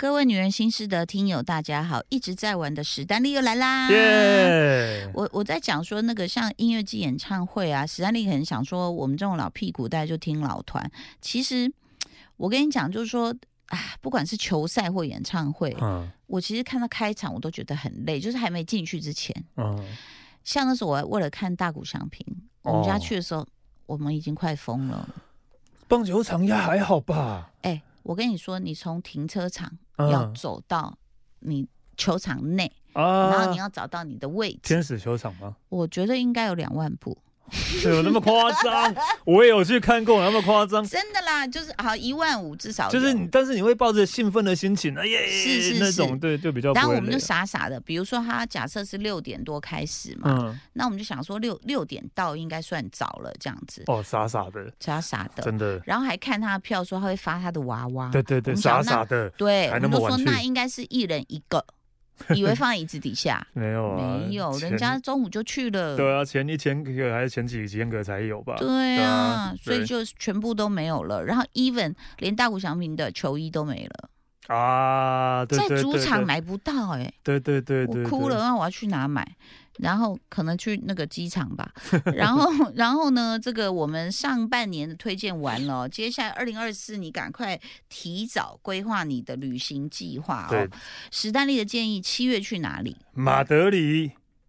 各位女人心事的听友，大家好！一直在玩的史丹利又来啦！我在讲说那个像音乐季演唱会啊，史丹利可能想说我们这种老屁股大家就听老团。其实我跟你讲，就是说不管是球赛或演唱会，我其实看到开场我都觉得很累，就是还没进去之前。像那时候我为了看大谷翔平，我们家去的时候，我们已经快疯了。 棒球场也还好吧？ 我跟你说，你从停车场要走到你球场内，然后你要找到你的位置。 天使球场吗？ 我觉得应该有2万步。 有那么夸张？我也有去看过，那么夸张？ 真的啦，就是好15000至少有。 就是你，但是你会抱着兴奋的心情， 是那种，对，就比较不会累。 然后我们就傻傻的，比如说他假设是6点多开始嘛，那我们就想说六点到应该算早了这样子。 傻傻的，真的。 然后还看他的票，说他会发他的娃娃。 对，傻傻的。 对， 还那么晚去。 我们就说那应该是1人1个。以为放在椅子底下， 没有， 人家中午就去了。 对啊，前1000个还是前几千个才有吧？ 对啊，所以就全部都没有了。然后 even 连大谷翔平的球衣都没了啊！对， 在主场买不到对， 我哭了，那我要去哪买？然后可能去那个机场吧，然后呢，这个我们上半年的推荐完了，接下来2024你赶快提早规划你的旅行计划哦。史丹利的建议，7月去哪里？ 马德里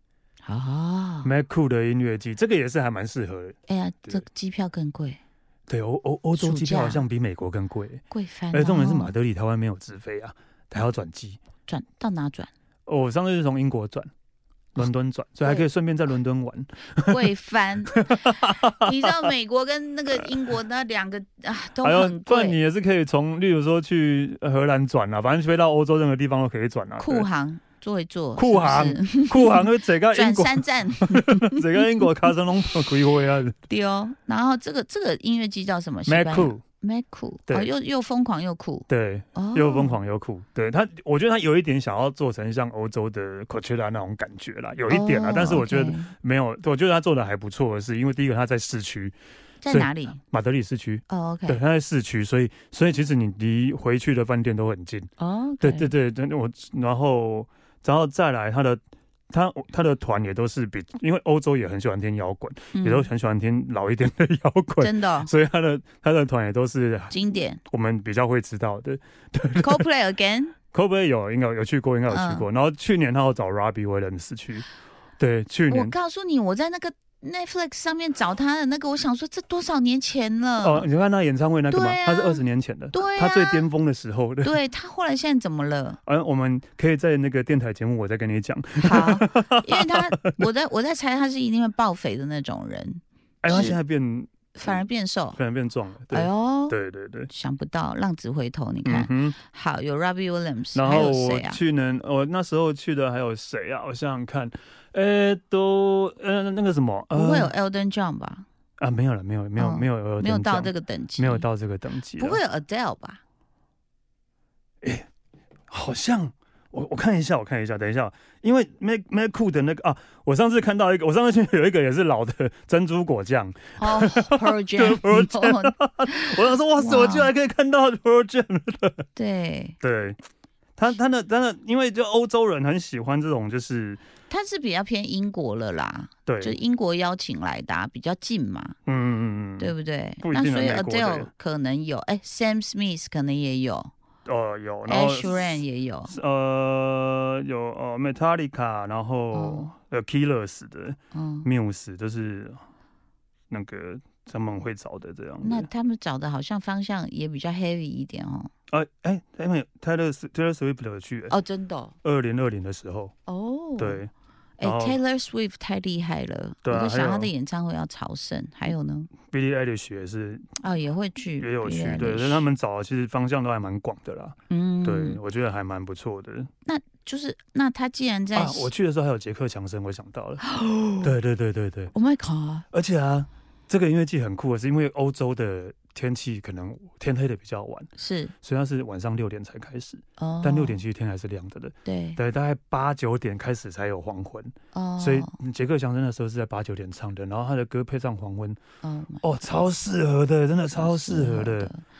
，Mac 的音乐季，这个也是还蛮适合的。 哎呀，这机票更贵。 对，欧洲机票好像比美国更贵， 贵翻。 重点是马德里台湾没有直飞啊，还要转机。 转到哪转？ 我上次是从英国转。伦敦转，所以还可以顺便在伦敦玩， 贵翻。你知道美国跟那个英国那2个都很贵。 不然你也是可以从，例如说去荷兰转啊，反正飞到欧洲任何地方都可以转啊。 酷航坐一坐， 酷航会整个英国转3站， 整个英国卡森隆开会啊。 对哦，然后这个音乐季叫什么 ？Mac 对，又疯狂又酷， 对，又疯狂又酷。对他，我觉得他有一点想要做成像欧洲的 Coachella 那种感觉啦，有一点啦，但是我觉得没有，我觉得他做的还不错的是，因为第一个他在市区， 在哪里？ 马德里市区。 OK， 对，他在市区，所以其实你离回去的饭店都很近。对，然后再来他的团也都是因为欧洲也很喜欢听摇滚，也都很喜欢听老一点的摇滚， 真的， 所以他的团也都是经典， 我们比较会知道的。 Coldplay again，Coldplay 应该有去过，然后去年他要找 Robbie Williams 去，对，去年我告诉你，我在那个Netflix 上面找他的那个，我想说这多少年前了？ 你看他演唱会那个吗？他是20年前的， 对， 他最巅峰的时候的。 对，他后来现在怎么了？ 我们可以在那个电台节目我再跟你讲。 好，因为我在猜他是一定会爆肥的那种人。 他现在反而变瘦， 反而变壮了。对， 想不到浪子回头，你看，好，有 Robbie Williams， 然后我那时候去的还有谁啊？我想想看。那个什么， 不会有 Elton John 吧？ 没有了，没有到这个等级， 没有到这个等级。 不会有 Adele 吧？ 好像我看一下，等一下，因为 Mac 的那个我上次看到一个，我上次有一个也是老的珍珠果酱 Pearl Jam， 我想说哇塞，我居然可以看到 Pearl Jam 的，对。他的，因为就欧洲人很喜欢这种，就是他是比较偏英国了啦， 对， 就英国邀请来的，比较近嘛，对不对？ 不一定那所以 Adele 可能有，Sam Smith 可能也有， 有，然后 Ed Sheeran 也有， 有Metallica， 然后Killers 的Muse， 就是那个他们会找的这样。 那他们找的好像方向也比较 heavy 一点哦。 他们Taylor Swift 有去真的 2020的时候对。 Taylor Swift 太厉害了，我就想他的演唱会要朝圣。还有呢 ，Billie Eilish 也是也会去， 也有去，对，所以他们找其实方向都还蛮广的啦。对，我觉得还蛮不错的。 那他既然在我去的时候还有杰克强森，我想到了。对 ，Oh my god！ 而且这个音乐季很酷的是，因为欧洲的天气可能天黑的比较晚， 是， 所以它是晚上6点才开始，但6点其实天还是亮的。对，大概8、9点开始才有黄昏，所以杰克强森的时候是在8、9点唱的，然后他的歌配上黄昏，超适合的，真的超适合的。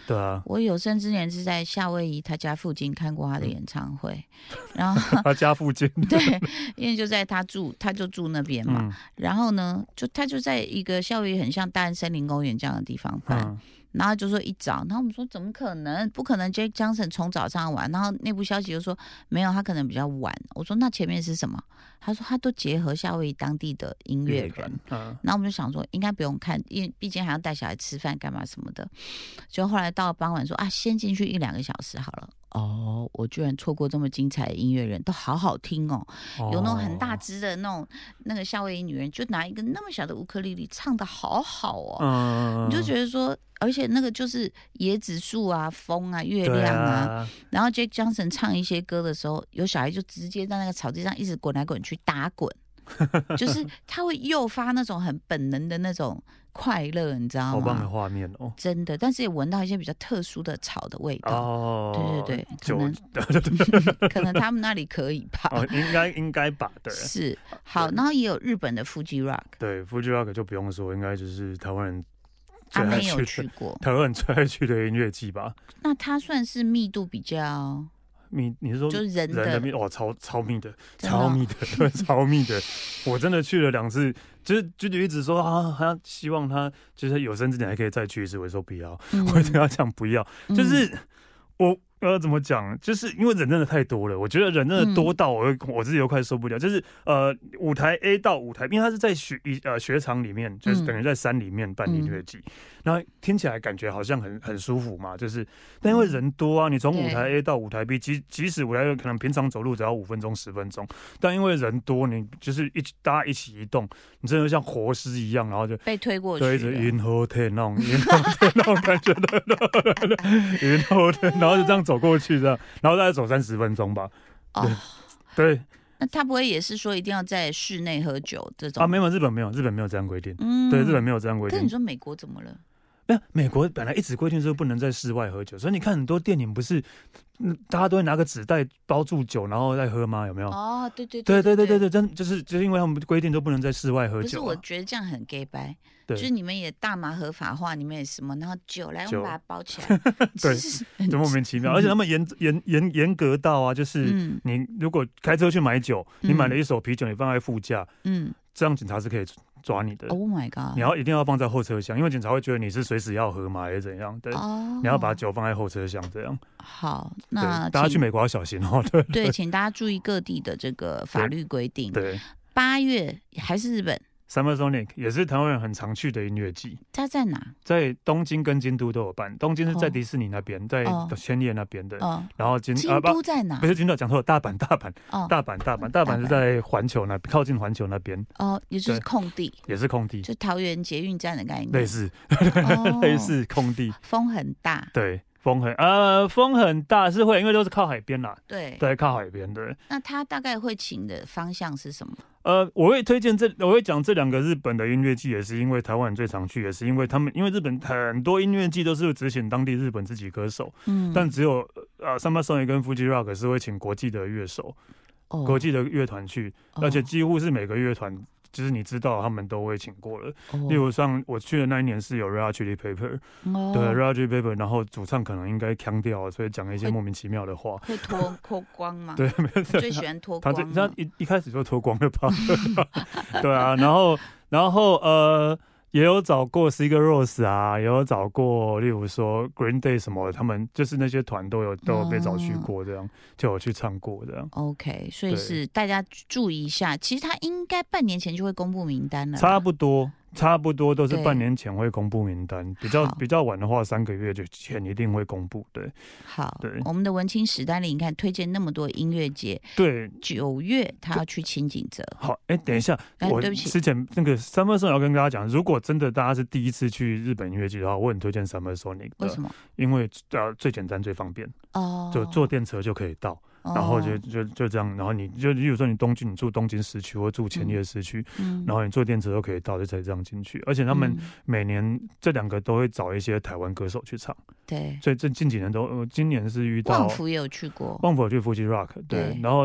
对啊， 我有生之年是在夏威夷他家附近看过他的演唱会，然后他家附近对，因为就在他就住那边嘛，然后呢，他就在一个夏威夷很像大安森林公园这样的地方办。然后就说一早，然后我们说怎么可能？不可能 Jack Johnson 从早上玩。然后内部消息就说没有，他可能比较晚。我说那前面是什么？他说他都结合夏威夷当地的音乐人。然后我们就想说应该不用看，因为毕竟还要带小孩吃饭干嘛什么的。就后来到了傍晚说先进去1-2个小时好了。我居然错过这么精彩的音乐人，都好好听哦。有那种很大只的那个夏威夷女人，就拿一个那么小的乌克丽丽，唱得好好哦。你就觉得说，而且那个就是椰子树啊、风啊、月亮啊。然后 Jack Johnson 唱一些歌的时候，有小孩就直接在那个草地上一直滚来滚去打滚，就是他会诱发那种很本能的那种快乐，你知道吗？ 好棒的画面哦， 真的，但是也闻到一些比较特殊的草的味道。对，可能他们那里可以吧。 应该吧，对。 是好，然后也有日本的 Fuji Rock。 对 ，Fuji Rock 就不用说，应该就是台湾人阿妹有去过， 台湾人最爱去的音乐季吧。 那它算是密度比较。 你是说就是人的密超密的，超密的，对，超密的。我真的去了2次，就一直说他希望他就是有生之年还可以再去一次，我说不要，我跟他讲不要，就是我。怎么讲？就是因为人真的太多了，我觉得人真的多到我自己都快受不了。就是舞台 A 到舞台，因为它是在雪场里面，就是等于在山里面办音乐季，然后听起来感觉好像很舒服嘛。就是，但因为人多啊，你从舞台 A 到舞台 B， 即使舞台 A 可能平常走路只要5分钟10分钟，但因为人多，你就是大家一起移动，你真的像活尸一样，然后就被推过去， 对着云后天那种感觉的，云后天，然后就这样走过去这样，然后大概走30分钟吧。对。 那他不会也是说一定要在室内喝酒这种？ 没有，日本没有这样规定。对，日本没有这样规定。 跟你说美国怎么了？ 没有，美国本来一直规定是不能在室外喝酒，所以你看很多电影不是，大家都会拿个纸袋包住酒然后再喝吗？有没有？ 对， 真就是因为他们规定都不能在室外喝酒。 不是，我觉得这样很 gay 掰。就是你们也大麻合法化，你们也什么，然后酒来我们把它包起来， 对，就莫名其妙。而且他们严格到啊，就是你如果开车去买酒，你买了1手啤酒，你放在副驾，这样警察是可以抓你的。 Oh my god！ 你一定要放在后车厢，因为警察会觉得你是随时要喝嘛，还是怎样？对，你要把酒放在后车厢，这样。 好，那大家去美国要小心哦。 对，请大家注意各地的这个法律规定。 对 ，8月还是日本。 Summer Sonic 也是台湾人很常去的音乐季。 它在哪？ 在东京跟京都都有办。东京是在迪士尼那边，在千叶那边的。然后京都在哪？ 不是京都，讲错了，大阪是在环球那，靠近环球那边。 也就是空地。 也是空地， 就桃园捷运站的概念。 类似，类似空地。 风很大。 对。风很大是会，因为都是靠海边啦。 对， 靠海边。对。 那他大概会请的方向是什么？ 我会推荐我会讲这2个日本的音乐季，也是因为台湾人最常去，也是因为因为日本很多音乐季都是只请当地日本自己歌手，但只有Summer Sonic 跟 Fuji Rock 是会请国际的乐手、国际的乐团去，而且几乎是每个乐团。就是你知道他们都会请过了，例如像我去的那一年是有 Red Hot Chili Pepper， 对 Red Hot Chili Pepper， 然后主唱可能应该腔调，所以讲一些莫名其妙的话， 会脱光吗？ 对， 最喜欢脱光， 他一开始就脱光了吧？对啊，然后也有找过 Sigur Rós 啊，也有找过，例如说 Green Day 什么的，他们就是那些团都有被找去过，这样就有去唱过这样。 OK， 所以是大家注意一下，其实他应该半年前就会公布名单了，差不多都是半年前会公布名单，比较晚的话3个月前一定会公布。对， 好，对，我们的文青史丹利，你看推荐那么多音乐节， 对 ，9月他要去清景泽。 好，等一下，我对不起， 之前那个 Summer Sonic 要跟大家讲，如果真的大家是第一次去日本音乐季的话，我很推荐 Summer Sonic。 为什么？ 因为最简单最方便，就坐电车就可以到。然后就这样，然后你就例如说你住东京市区或住千叶市区，然后你坐电车都可以到，就才这样进去。而且他们每年这2个都会找一些台湾歌手去唱。 对， 所以这近几年今年是遇到旺福也有去过， 旺福有去 Fuji Rock， 对，然后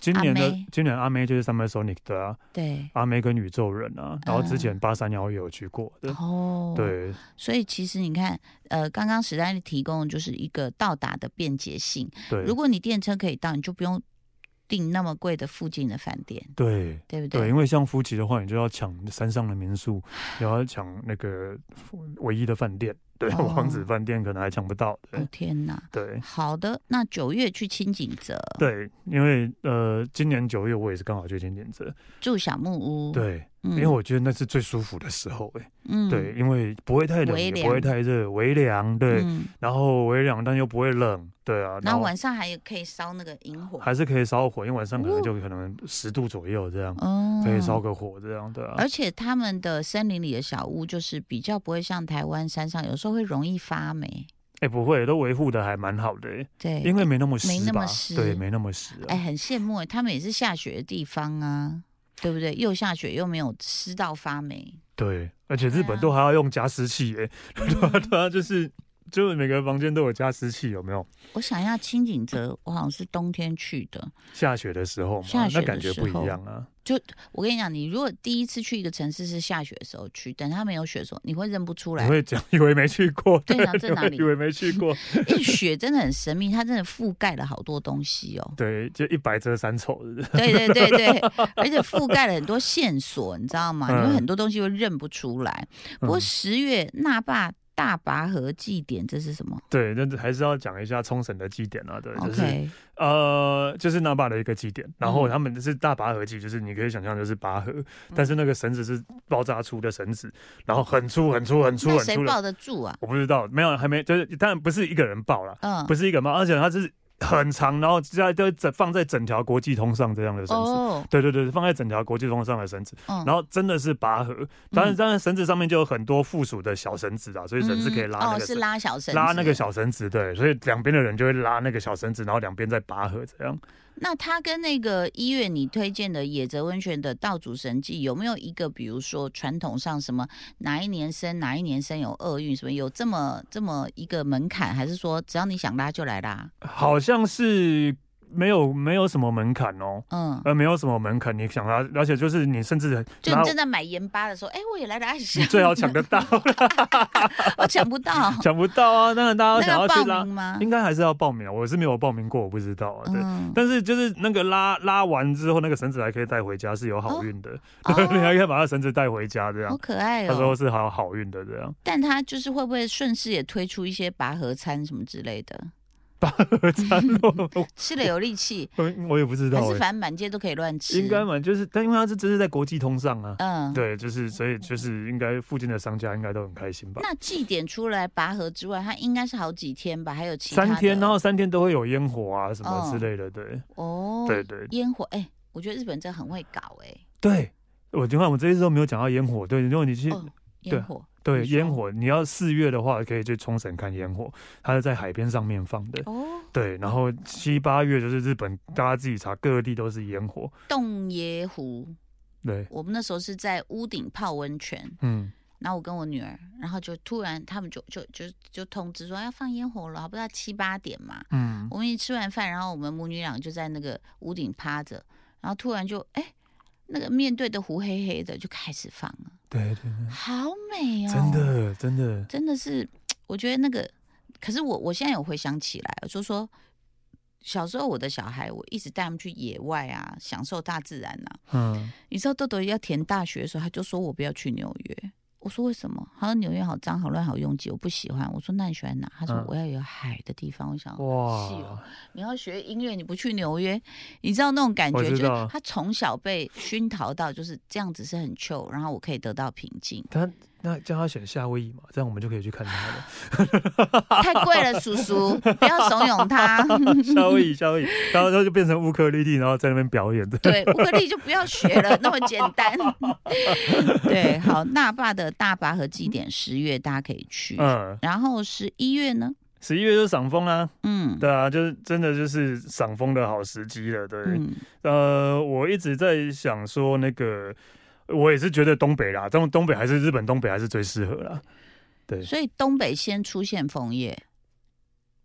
今年阿妹就是 Summer Sonic 的啊， 对， 阿妹跟宇宙人啊，然后之前831也有去过的，对， 所以其实你看，刚刚史丹利提供的就是一个到达的便捷性， 对， 如果你电车可以到，你就不用订那么贵的附近的饭店， 对， 对不对？ 对，因为像夫妻的话，你就要抢山上的民宿，也要抢那个唯一的饭店。对，王子饭店可能还抢不到。 哦天哪！ 对， 好的，那9月去清景泽。 对，因为今年9月我也是刚好去清景泽住小木屋。 对，因为我觉得那是最舒服的时候对，因为不会太冷，也不会太热，微凉，对，然后微凉但又不会冷，对啊。 然后晚上还可以烧那个萤火， 还是可以烧火，因为晚上可能就可能10度左右这样，可以烧个火这样的。 而且他们的森林里的小屋就是比较不会像台湾山上有时候会容易发霉。 不会，都维护的还蛮好的对，因为没那么湿，对，没那么湿。 很羡慕他们也是下雪的地方啊，对不对？又下雪又没有湿到发霉。 对，而且日本都还要用加湿器对啊，就是每个房间都有加湿器，有没有？ 我想要清景泽，我好像是冬天去的， 下雪的时候嘛，那感觉不一样啊。 就我跟你讲，你如果第一次去一个城市是下雪的时候去，等它没有雪的时候，你会认不出来， 你会以为没去过， 对，在哪里？ 以为没去过。 因为雪真的很神秘，它真的覆盖了好多东西哦。 对，就100遮3丑。 对，而且覆盖了很多线索，你知道吗？你会很多东西会认不出来。不过10月那霸大拔河祭典这是什么？对， 但还是要讲一下冲绳的祭典啊，对，就是那霸的一个祭典，然后他们是大拔河祭，就是你可以想象就是拔河，但是那个绳子是爆炸粗的绳子，然后很粗，那谁抱得住啊？ 我不知道，没有，还没，就是当然不是一个人抱啦，不是一个人抱，而且它是很长，然后就放在整条国际通上这样的绳子，对，放在整条国际通上的绳子，然后真的是拔河，当然绳子上面就有很多附属的小绳子啊，所以人是可以拉那个是拉小绳子， 拉那个小绳子，对，所以两边的人就会拉那个小绳子，然后两边再拔河这样。 那它跟那个1月你推荐的野泽温泉的道祖神祭有没有一个，比如说传统上什么哪一年生有厄运，什么有这么一个门槛，还是说只要你想拉就来拉？ 好像是没有什么门槛哦，没有什么门槛，你想拉，而且就是你甚至就你正在买盐巴的时候，我也来拉一下， 你最好抢得到， 我抢不到啊！当然大家想要去拉吗？ 应该还是要报名，我是没有报名过，我不知道啊。对，但是就是那个拉完之后，那个绳子还可以带回家，是有好运的，你还可以把那绳子带回家，这样好可爱哦。 他说是好运的这样， 但他就是会不会顺势也推出一些拔河餐什么之类的？ 拔河餐吃了有力气， 我也不知道， 还是反正满街都可以乱吃， 应该就是，但因为它只是在国际通上啊，对，就是所以就是应该附近的商家应该都很开心吧。 那祭典出来拔河之外，它应该是好几天吧？还有其他的 3天，然后3天都会有烟火啊什么之类的，对，对， 烟火，我觉得日本真的很会搞， 对，我这一次都没有讲到烟火，对，如果你去烟火。 对，烟火，你要4月的话，可以去冲绳看烟火，它是在海边上面放的。对，然后7、8月就是日本，大家自己查，各地都是烟火。 洞爷湖， 对， 我们那时候是在屋顶泡温泉，然后我跟我女儿，然后就突然他们就通知说要放烟火了，不知道7、8点嘛，我们一吃完饭，然后我们母女俩就在那个屋顶趴着，然后突然就那个面对的湖黑黑的就开始放了。 对， 好美哦！真的是，我觉得那个，可是我现在有回想起来，我就说小时候我的小孩，我一直带他们去野外啊，享受大自然啊。你知道豆豆要填大学的时候，他就说我不要去纽约。我说为什么？他说纽约好脏、好乱、好拥挤，我不喜欢。我说那你喜欢哪？他说我要有海的地方。我想哇，你要学音乐，你不去纽约，你知道那种感觉？就是他从小被熏陶到就是这样子是很 chill， 然后我可以得到平静。 那叫他选夏威夷嘛，这样我们就可以去看他了。 太贵了，叔叔，不要怂恿他。 夏威夷，然后他就变成乌克丽丽，然后在那边表演。 对，乌克丽就不要学了，那么简单。对，好，那霸的大拔河祭典10月大家可以去，然后11月呢 ？11月就是赏枫啊，对啊，就是真的就是赏枫的好时机了，对，我一直在想说那个。我也是觉得东北啦，东北还是日本东北还是最适合啦，对。 所以东北先出现枫叶，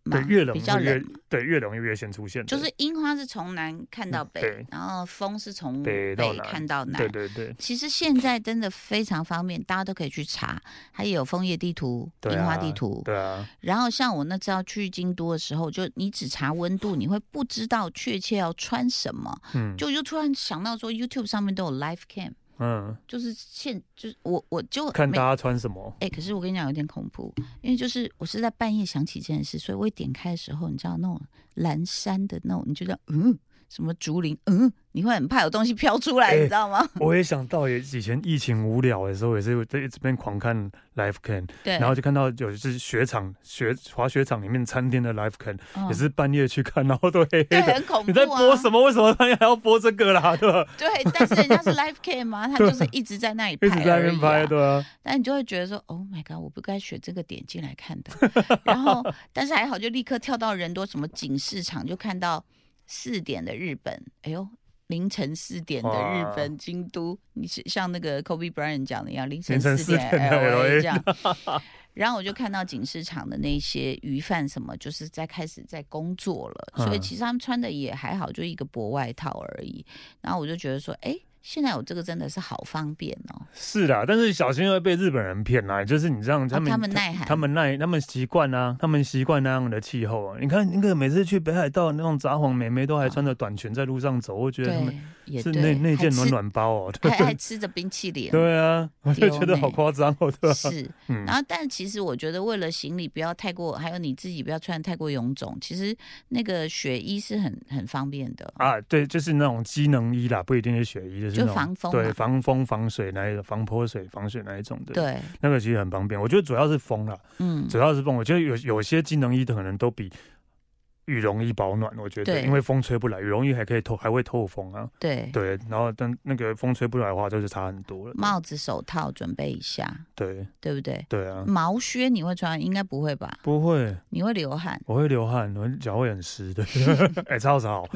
嘛， 对，越冷比较冷， 对，越冷越先出现。 就是樱花是从南看到北，然后风是从北看到南。 对。 其实现在真的非常方便，大家都可以去查，还有枫叶地图、樱花地图。 对啊。 然后像我那次要去京都的时候，就你只查温度，你会不知道确切要穿什么。就突然想到说 ，YouTube 上面都有 live cam。就是我就看大家穿什么。 可是我跟你讲有点恐怖，因为就是我是在半夜想起这件事，所以我一点开的时候，你知道那种蓝山的那种，你就叫什么竹林，你会很怕有东西飘出来，你知道吗？ 我也想到，以前疫情无聊的时候，也是在这边狂看 live cam， 然后就看到有就是滑雪场里面餐厅的 live cam，也是半夜去看，然后都黑黑的， 对，很恐怖。 你在播什么？为什么半夜还要播这个啦？对吧？ 对，但是人家是 live cam 嘛，他就是一直在那里拍， 一直在那边拍，对啊。 但你就会觉得说 ，Oh my god， 我不该选这个点进来看的。然后，但是还好，就立刻跳到人多什么景市场，就看到4点的日本，哎呦。凌晨4点的日本京都，你是像那个 Kobe Bryant 讲的一样，凌晨4点的 LA 这样。然后我就看到景市场的那些鱼贩什么，就是开始在工作了，所以其实他们穿的也还好，就一个薄外套而已。然后我就觉得说，现在有这个真的是好方便哦。 是啦，但是小心会被日本人骗啦。就是你这样，他们耐寒， 他们习惯啊，他们习惯那样的气候啊。你看那个每次去北海道那种札幌妹妹都还穿着短裙在路上走，我觉得他们是那件暖包哦， 还吃着冰淇淋。 对啊，我就觉得好夸张哦，对吧？ 是，然后但其实我觉得为了行李不要太过，还有你自己不要穿太过臃肿，其实那个雪衣是很方便的啊。对，就是那种机能衣啦，不一定是雪衣，就防风， 对，防风、防水那一种，防泼水、防水那一种的。 对， 那个其实很方便。我觉得主要是风啦，主要是风。我觉得有些机能衣的可能都比羽绒衣保暖，我觉得，因为风吹不来，羽绒衣还会透风啊。 对， 然后但那个风吹不来的话，就是差很多了。 帽子、手套准备一下，对不对？ 对啊。 毛靴你会穿？应该不会吧？ 不会。 你会流汗？ 我会流汗，我脚会很湿的。超吵。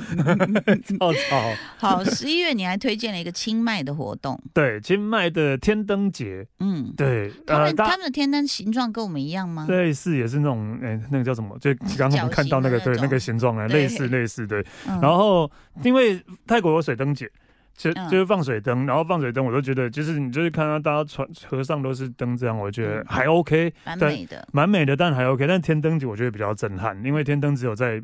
好，11月你还推荐了一个清迈的活动， 对，清迈的天灯节。对， 他们的天灯形状跟我们一样吗？ 类似，也是那种那个叫什么？就刚刚我们看到那个那个形状啊，类似对。然后因为泰国有水灯节，就是放水灯，然后放水灯，我都觉得就是你就是看到大家河上都是灯这样，我觉得还 OK，蛮美的，但还 OK。但天灯节我觉得比较震撼，因为天灯只有在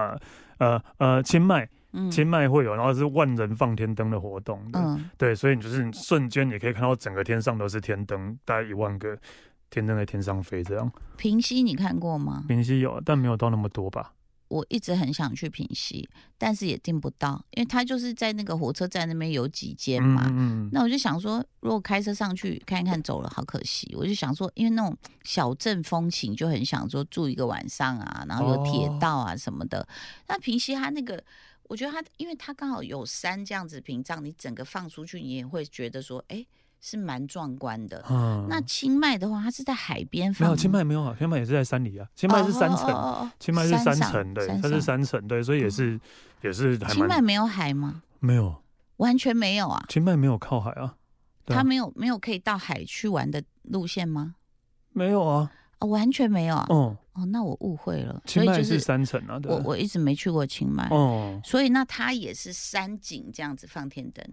清迈会有，然后是万人放天灯的活动的，对，所以你就是瞬间也可以看到整个天上都是天灯，大概1万个天灯在天上飞这样。 平溪你看过吗？ 平溪有，但没有到那么多吧。 我一直很想去平溪，但是也订不到，因为它就是在那个火车站那边有几间嘛。那我就想说，如果开车上去看一看，走了好可惜。我就想说，因为那种小镇风情，就很想说住一个晚上啊，然后有铁道啊什么的。那平溪它那个，我觉得它，因为它刚好有山这样子屏障，你整个放出去，你也会觉得说，是蛮壮观的。那清迈的话，它是在海边放。 没有，清迈没有啊，清迈也是在山里啊。清迈是山城，清迈是山城，对，它是山城，对，所以也是还蛮。 清迈没有海吗？ 没有， 完全没有啊。 清迈没有靠海啊。 它没有可以到海去玩的路线吗？ 没有啊。 完全没有啊。那我误会了。 清迈是山城啊，对。 我一直没去过清迈。所以那它也是山景这样子放天灯。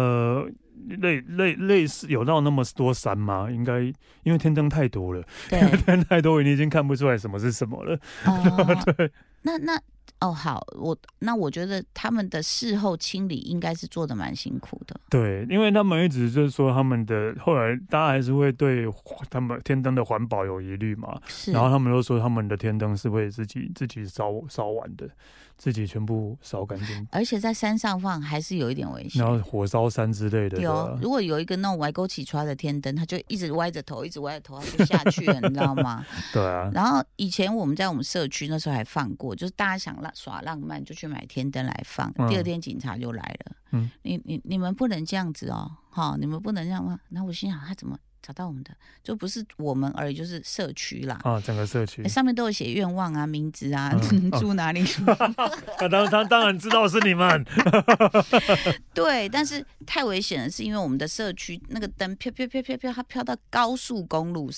类似有到那么多山吗？应该因为天灯太多了， 对， 太多你已经看不出来什么是什么了。对， 好，我觉得他们的事后清理应该是做的蛮辛苦的。 对，因为他们一直就是说他们的后来大家还是会对他们天灯的环保有疑虑嘛，然后他们都说他们的天灯是会自己烧完的，自己全部烧干净，而且在山上放还是有一点危险， 然后火烧山之类的。 有，如果有一个那种歪沟起出来的天灯，它就一直歪着头，它就下去了，你知道吗？ 对啊。 然后以前我们在我们社区那时候还放过，就是大家想耍浪漫就去买天灯来放，第二天警察就来了。你们不能这样子哦，你们不能这样吗？然后我心想，他怎么找到我们的？就不是我们而已，就是社区啦。 整个社区上面都有写愿望啊、名字啊，住哪里？ 他当然知道是你们。 对，但是太危险的是，因为我们的社区那个灯飘，它飘到高速公路上。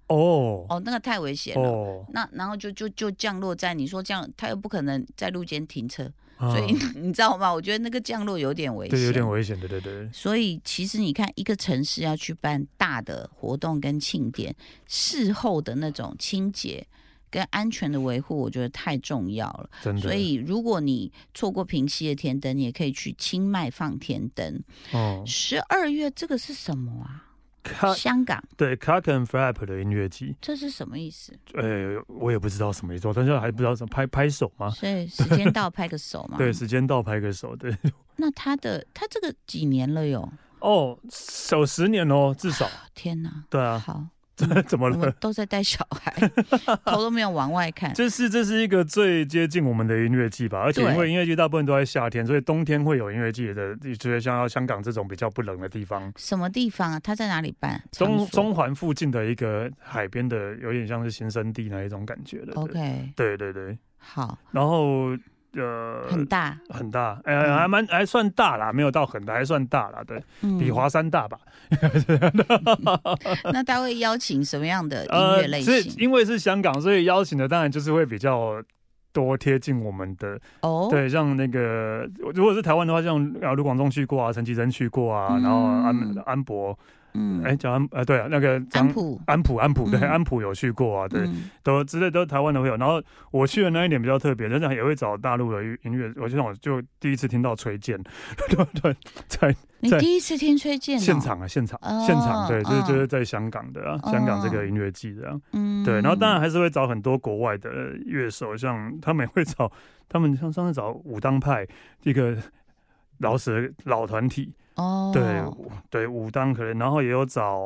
那个太危险了。那然后就降落在，你说这样，他又不可能在路肩停车。所以你知道吗？我觉得那个降落有点危险， 对，有点危险，对。 所以其实你看，一个城市要去办大的活动跟庆典，事后的那种清洁跟安全的维护，我觉得太重要了。 真的。 所以如果你错过平溪的天灯，你也可以去清迈放天灯。12月这个是什么啊？香港对 Cock and Flap 的音乐季， 这是什么意思？ 我也不知道什么意思，但是还不知道什么拍手吗？ 所以时间到拍个手吗？ 对，时间到拍个手，对。 那他这个几年了有守10年哦，至少。 天哪！ 对啊， 好。 怎么了？ 我们都在带小孩，头都没有往外看。 这是一个最接近我们的音乐季吧，而且因为音乐季大部分都在夏天，所以冬天会有音乐季的。觉得像香港这种比较不冷的地方， 什么地方啊？它在哪里办？ 中环附近的一个海边的，有点像是新生地那一种感觉的。 OK， 对。 好， 然后。 很大， 还算大啦，没有到很大，还算大啦，对，比华山大吧。 那他会邀请什么样的音乐类型？ 因为是香港，所以邀请的当然就是会比较多贴近我们的。对，像那个如果是台湾的话，像卢广仲去过啊，陈绮贞去过啊，然后安博。叫对啊，那个安普，对，安普有去过啊，对，都之类都台湾的会有。然后我去的那一点比较特别，但是也会找大陆的音乐。我就第一次听到崔健，对， 你第一次听崔健？ 现场，对，就是在香港的啊，香港这个音乐季的啊，对。然后当然还是会找很多国外的乐手，像他们也会找，他们像上次找武当派一个老团体。对，武当可能，然后也有找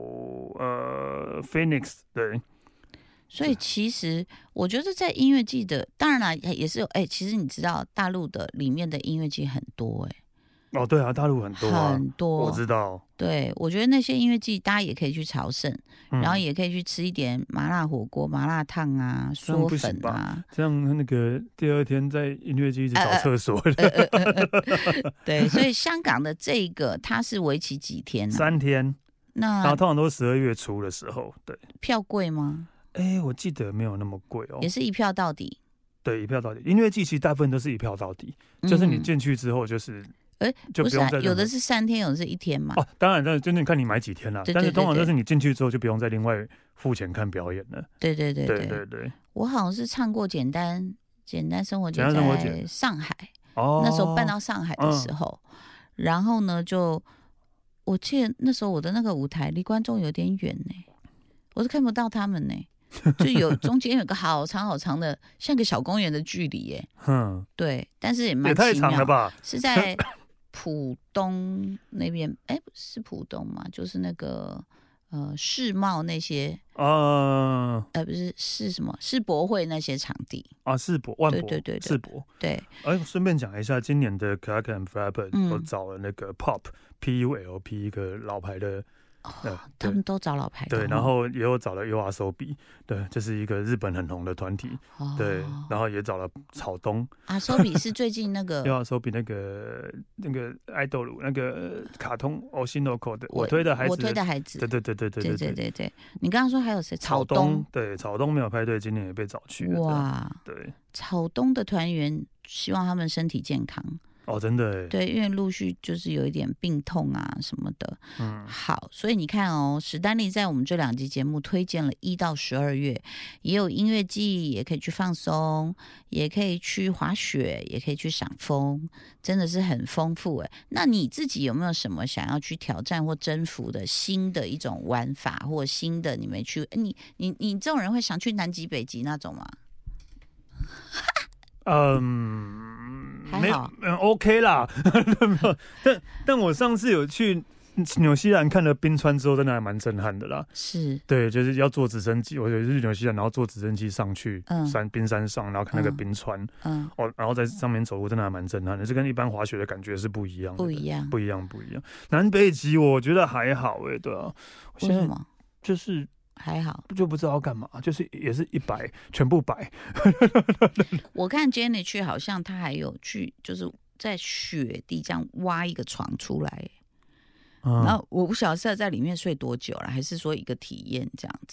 Phoenix， 对。 所以其实我觉得在音乐季的，当然啦，也是有其实你知道大陆的里面的音乐季很多对啊，大陆很多很多， 我知道。对， 我觉得那些音乐季大家也可以去朝圣，然后也可以去吃一点麻辣火锅、麻辣烫啊、嗦粉啊。 这样那个第二天在音乐季一直找厕所。 对，所以香港的这个它是为期几天呢 ？3天。 然后通常都是12月初的时候。对。 票贵吗？ 我记得没有那么贵也是一票到底。 对，一票到底。音乐季其实大部分都是一票到底，就是你进去之后就是。 不是有的是3天，有的是1天嘛。 当然，真的看你买几天啦。但是通常就是你进去之后就不用再另外付钱看表演了。 对。我好像是唱过简单生活节在上海，那时候办到上海的时候，然后呢我记得那时候我的那个舞台离观众有点远呢，我都看不到他们呢。就中间有个好长的像个小公园的距离耶。对，但是也蛮奇妙， 也太长了吧？ 是在浦东那边，是浦东嘛？就是那个世贸那些不是什么世博会那些场地啊，世博万博对世博对。 顺便讲一下，今年的 Cock and Flap 我找了那个 PULP 一个老牌的。 他们都找老牌的。 对，然后也有找了 YOASOBI， 对，这是一个日本很红的团体。对，然后也找了草东。 YOASOBI 是最近那个 YOASOBI 那个爱豆鲁那个卡通 Oshinoko 的我推的孩子。对。 你刚刚说还有谁？ 草东。对，草东没有派对，今年也被找去了。 哇， 对， 草东的团员希望他们身体健康。 真的耶。 对，因为陆续就是有一点病痛啊什么的。好，所以你看史丹利在我们这2集节目推荐了1到12月，也有音乐季，也可以去放松，也可以去滑雪，也可以去赏枫，真的是很丰富耶。那你自己有没有什么想要去挑战或征服的新的一种玩法，或新的你没去？你这种人会想去南极北极那种吗？ 没有，OK 啦。但我上次有去纽西兰看了冰川之后，真的还蛮震撼的啦。 是，对， 就是要坐直升机，我去纽西兰，然后坐直升机上去冰山上，然后看那个冰川，然后在上面走路，真的还蛮震撼的，这跟一般滑雪的感觉是不一样的，不一样。南北极我觉得还好对啊。 为什么？ 就是还好， 就不知道要干嘛，就是也是100，全部白。 我看 Jenny 去，好像他还有去，就是在雪地这样挖一个床出来。然后我不晓得是在里面睡多久了，还是说一个体验这样子。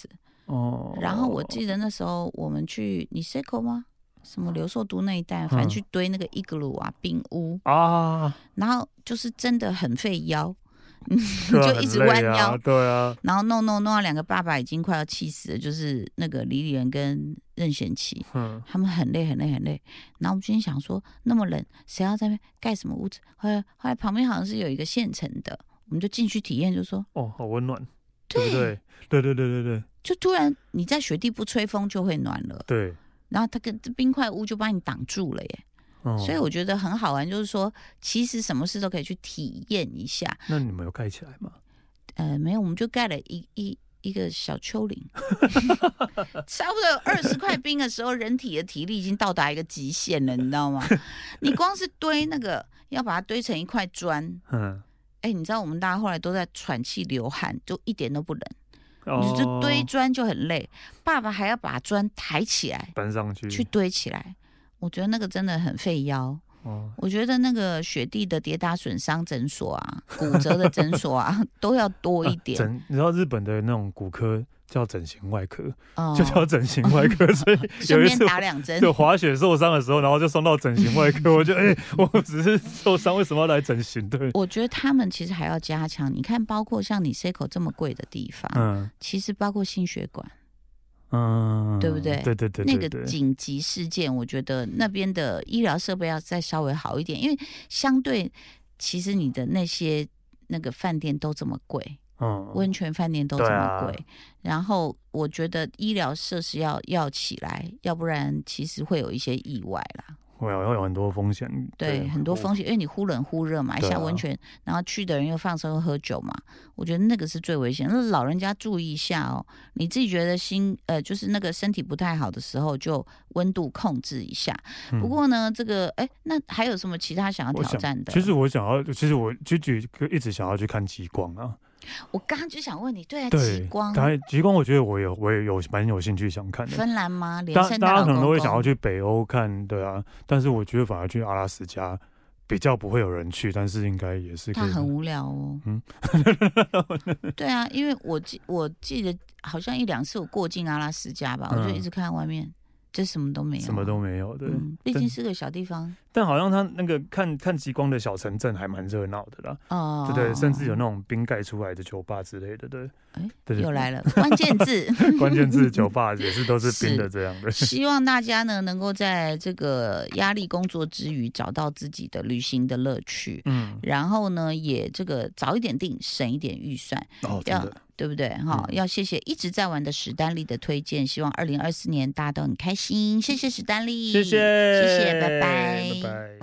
哦。然后我记得那时候我们去Niseko 吗？什么留寿都那一带，反正去堆那个igloo啊冰屋啊，然后就是真的很费腰，就一直弯腰， 对啊， 然后弄到2个爸爸已经快要气死了，就是那个李李仁跟任贤齐，他们很累。然后我们今天想说，那么冷，谁要在那边盖什么屋子？后来旁边好像是有一个现成的，我们就进去体验，就说哦，好温暖，对不对？对， 就突然你在雪地不吹风就会暖了， 对。 然后它跟冰块屋就把你挡住了耶，所以我觉得很好玩，就是说其实什么事都可以去体验一下。 那你们有盖起来吗？ 没有，我们就盖了一个小丘陵，差不多有20块冰的时候，人体的体力已经到达一个极限了，你知道吗？你光是堆那个要把它堆成一块砖，你知道我们大家后来都在喘气流汗，就一点都不冷。你就堆砖就很累，爸爸还要把砖抬起来搬上去堆起来，我觉得那个真的很费腰。我觉得那个雪地的跌打损伤诊所啊，骨折的诊所啊，都要多一点。 你知道日本的那种骨科叫整形外科，就叫整形外科，所以顺便打2针。 就滑雪受伤的时候，然后就送到整形外科。我觉得，我只是受伤，为什么要来整形？对， 我觉得他们其实还要加强。你看，包括像Niseko这么贵的地方，其实包括心血管。对不对？ 对， 那个紧急事件，我觉得那边的医疗设备要再稍微好一点，因为相对其实你的那个饭店都这么贵，温泉饭店都这么贵，然后我觉得医疗设施要起来，要不然其实会有一些意外啦。 会有很多风险， 对，很多风险，因为你忽冷忽热嘛，一下温泉，然后去的人又放松又喝酒嘛，我觉得那个是最危险。那老人家注意一下哦，你自己觉得就是那个身体不太好的时候，就温度控制一下。不过呢，这个那还有什么其他想要挑战的？ 其实我一直想要去看极光啊。 我刚刚就想问你，对啊，极光， 我觉得我也有蛮有兴趣想看的。 芬兰吗？ 大家可能都会想要去北欧看，对啊，但是我觉得反而去阿拉斯加比较不会有人去，但是应该也是可以。 它很无聊哦。对啊，因为我记得好像1-2次我过境阿拉斯加吧，我就一直看外面。就什么都没有， 什么都没有，对， 毕竟是个小地方。 但好像他那个看极光的小城镇还蛮热闹的啦，对，甚至有那种冰盖出来的酒吧之类的，对， 又来了关键字， 关键字酒吧也是都是冰的这样的。 希望大家呢能够在这个压力工作之余找到自己的旅行的乐趣，然后呢也这个早一点定，省一点预算， 真的。 对不对？要谢谢一直在玩的史丹利的推荐，希望2024年大家都很开心。谢谢史丹利， 谢谢， 拜拜。